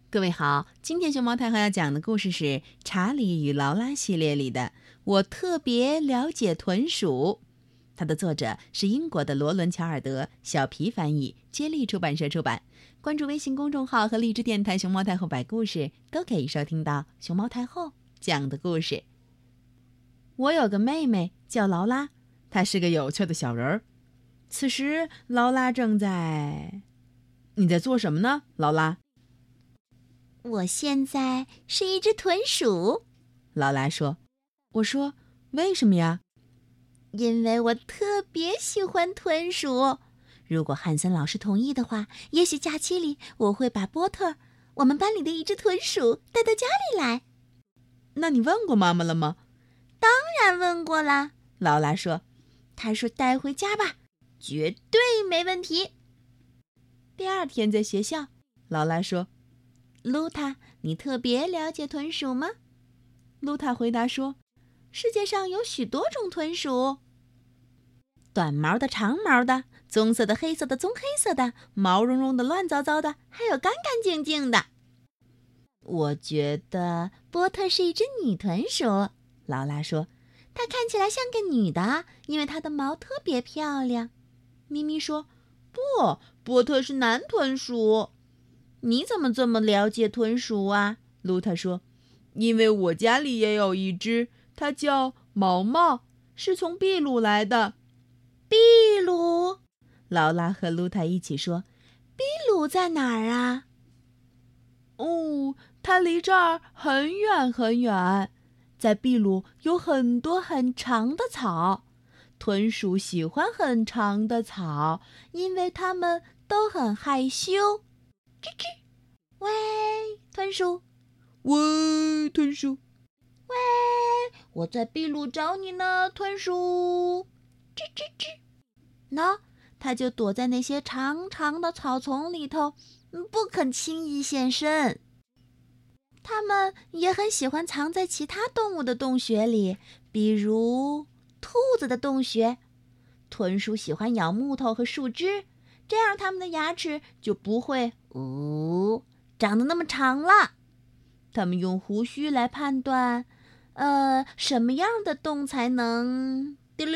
各位好，今天熊猫太后要讲的故事是《查理与劳拉》系列里的《我特别了解豚鼠》，它的作者是英国的罗伦·乔尔德，小皮翻译，接力出版社出版。关注微信公众号和荔枝电台熊猫太后摆故事，都可以收听到熊猫太后讲的故事。我有个妹妹叫劳拉，她是个有趣的小人儿。此时劳拉正在……你在做什么呢，劳拉？ 我现在是一只豚鼠， 劳拉说。我说，为什么呀？ 因为我特别喜欢豚鼠。如果汉森老师同意的话，也许假期里我会把波特，我们班里的一只豚鼠，带到家里来。 那你问过妈妈了吗？ 当然问过啦， 劳拉说。 她说带回家吧，绝对没问题。 第二天在学校，劳拉说， 露塔，你特别了解豚鼠吗？ 露塔回答说， 世界上有许多种豚鼠，短毛的、长毛的，棕色的、黑色的、棕黑色的，毛茸茸的、乱糟糟的，还有干干净净的。我觉得波特是一只女豚鼠，劳拉说，她看起来像个女的，因为她的毛特别漂亮。咪咪说，不，波特是男豚鼠。你怎么这么了解豚鼠啊？露塔说， 因为我家里也有一只，它叫毛毛，是从秘鲁来的。 秘鲁？劳拉和露塔一起说，秘鲁在哪儿啊？ 哦，它离这儿很远很远。在秘鲁有很多很长的草，豚鼠喜欢很长的草，因为它们都很害羞。 吱吱，喂，豚鼠！ 喂，豚鼠！ 喂，我在秘鲁找你呢，豚鼠！吱吱吱。喏，它就躲在那些长长的草丛里头，不肯轻易现身。它们也很喜欢藏在其他动物的洞穴里，比如兔子的洞穴。豚鼠喜欢咬木头和树枝，这样它们的牙齿就不会长得那么长了。它们用胡须来判断，什么样的洞才能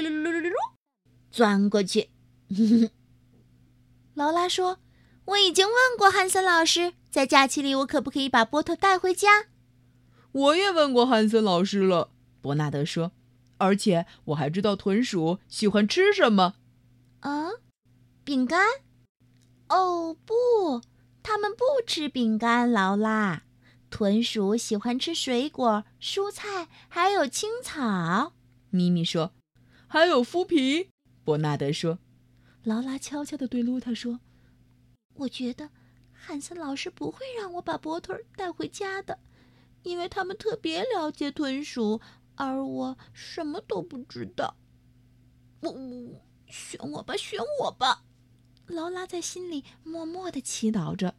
钻过去。劳拉说，我已经问过汉森老师，在假期里我可不可以把波特带回家？ 我也问过汉森老师了，伯纳德说，而且我还知道豚鼠喜欢吃什么。 啊，饼干？哦，不，它们不吃饼干，劳拉。豚鼠喜欢吃水果、蔬菜，还有青草。 咪咪说，还有麸皮。伯纳德说。劳拉悄悄地对露塔说， 我觉得汉森老师不会让我把波特带回家的，因为他们特别了解豚鼠，而我什么都不知道。选我吧，选我吧！劳拉在心里默默地祈祷着。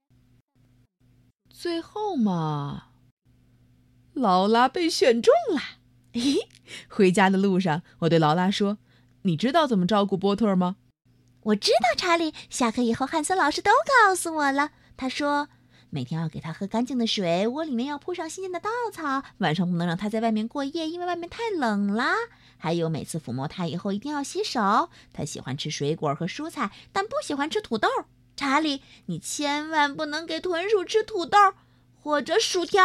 最后嘛，劳拉被选中了。回家的路上，我对劳拉说，你知道怎么照顾波特吗？ 我知道，查理，下课以后汉森老师都告诉我了。他说，每天要给他喝干净的水，窝里面要铺上新鲜的稻草，晚上不能让他在外面过夜，因为外面太冷啦。还有每次抚摸他以后一定要洗手。他喜欢吃水果和蔬菜，但不喜欢吃土豆。查理，你千万不能给豚鼠吃土豆或者薯条。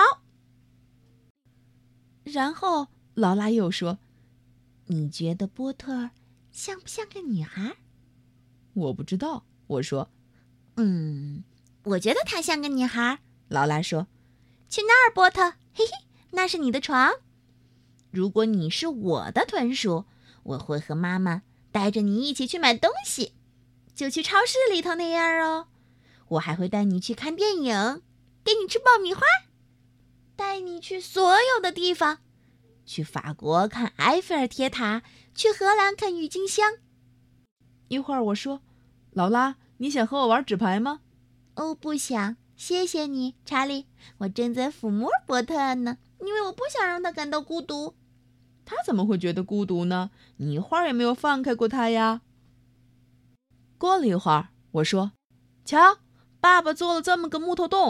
然后劳拉又说， 你觉得波特像不像个女孩？ 我不知道，我说。 我觉得她像个女孩，劳拉说。去那儿，波特，嘿嘿，那是你的床。如果你是我的豚鼠，我会和妈妈带着你一起去买东西，就去超市里头那样哦。我还会带你去看电影，给你吃爆米花，带你去所有的地方，去法国看埃菲尔铁塔，去荷兰看郁金香。 一会儿我说，劳拉，你想和我玩纸牌吗？ 哦，不想，谢谢你，查理。我正在抚摸波特呢，因为我不想让他感到孤独。 他怎么会觉得孤独呢？你一会儿也没有放开过他呀。过了一会儿，我说，瞧，爸爸做了这么个木头洞，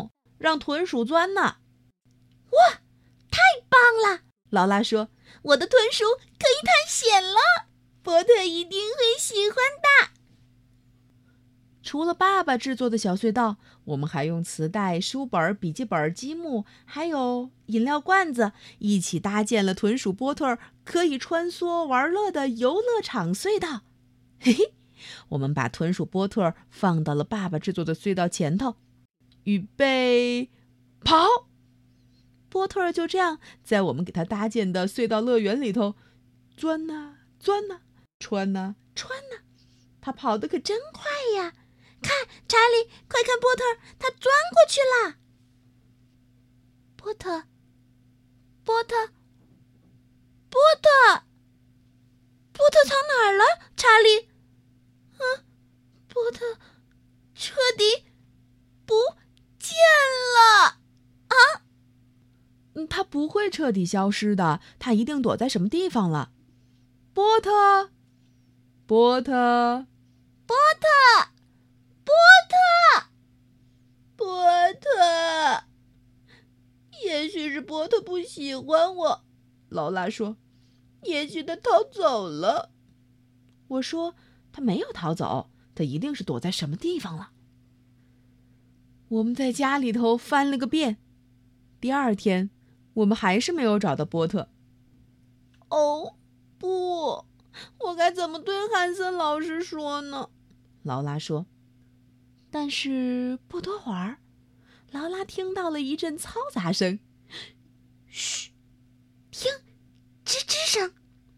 让豚鼠钻呢。 哇，太棒了！ 劳拉说， 我的豚鼠可以探险了，波特一定会喜欢的。 除了爸爸制作的小隧道，我们还用磁带、书本、笔记本、积木，还有饮料罐子，一起搭建了豚鼠波特可以穿梭玩乐的游乐场隧道。嘿嘿，我们把豚鼠波特放到了爸爸制作的隧道前头，预备，跑！波特就这样在我们给他搭建的隧道乐园里头钻呐钻呐，穿呐穿呐，他跑得可真快呀！ 看，查理，快看波特，他钻过去了。波特，波特，波特，波特藏哪儿了？查理，波特彻底不见了啊！ 他不会彻底消失的，他一定躲在什么地方了。波特，波特， 波特，波特，波特。也许是波特不喜欢我， 劳拉说。 也许他逃走了。 我说，他没有逃走，他一定是躲在什么地方了。我们在家里头翻了个遍，第二天我们还是没有找到波特。 哦，不，我该怎么对汉森老师说呢？ 劳拉说。但是不多会儿，劳拉听到了一阵嘈杂声。 嘘，听，吱吱声。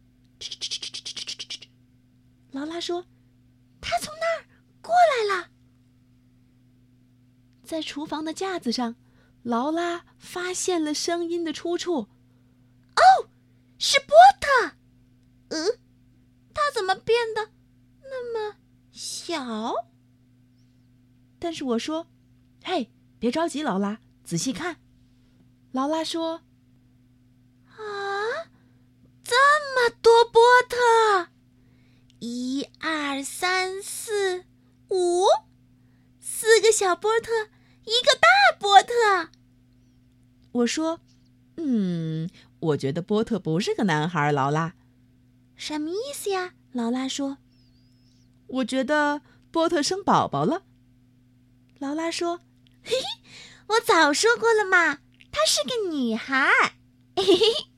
劳拉说， 他从那儿过来了。 在厨房的架子上，劳拉发现了声音的出处。 哦，是波特。他怎么变得那么小？ 但是我说，嘿，别着急，劳拉，仔细看。劳拉说， 啊，这么多波特！1、2、3、4、5，4个小波特，一个大波特。 我说，我觉得波特不是个男孩，劳拉。 什么意思呀？劳拉说， 我觉得波特生宝宝了。劳拉说， 嘿嘿，我早说过了嘛，她是个女孩。嘿嘿。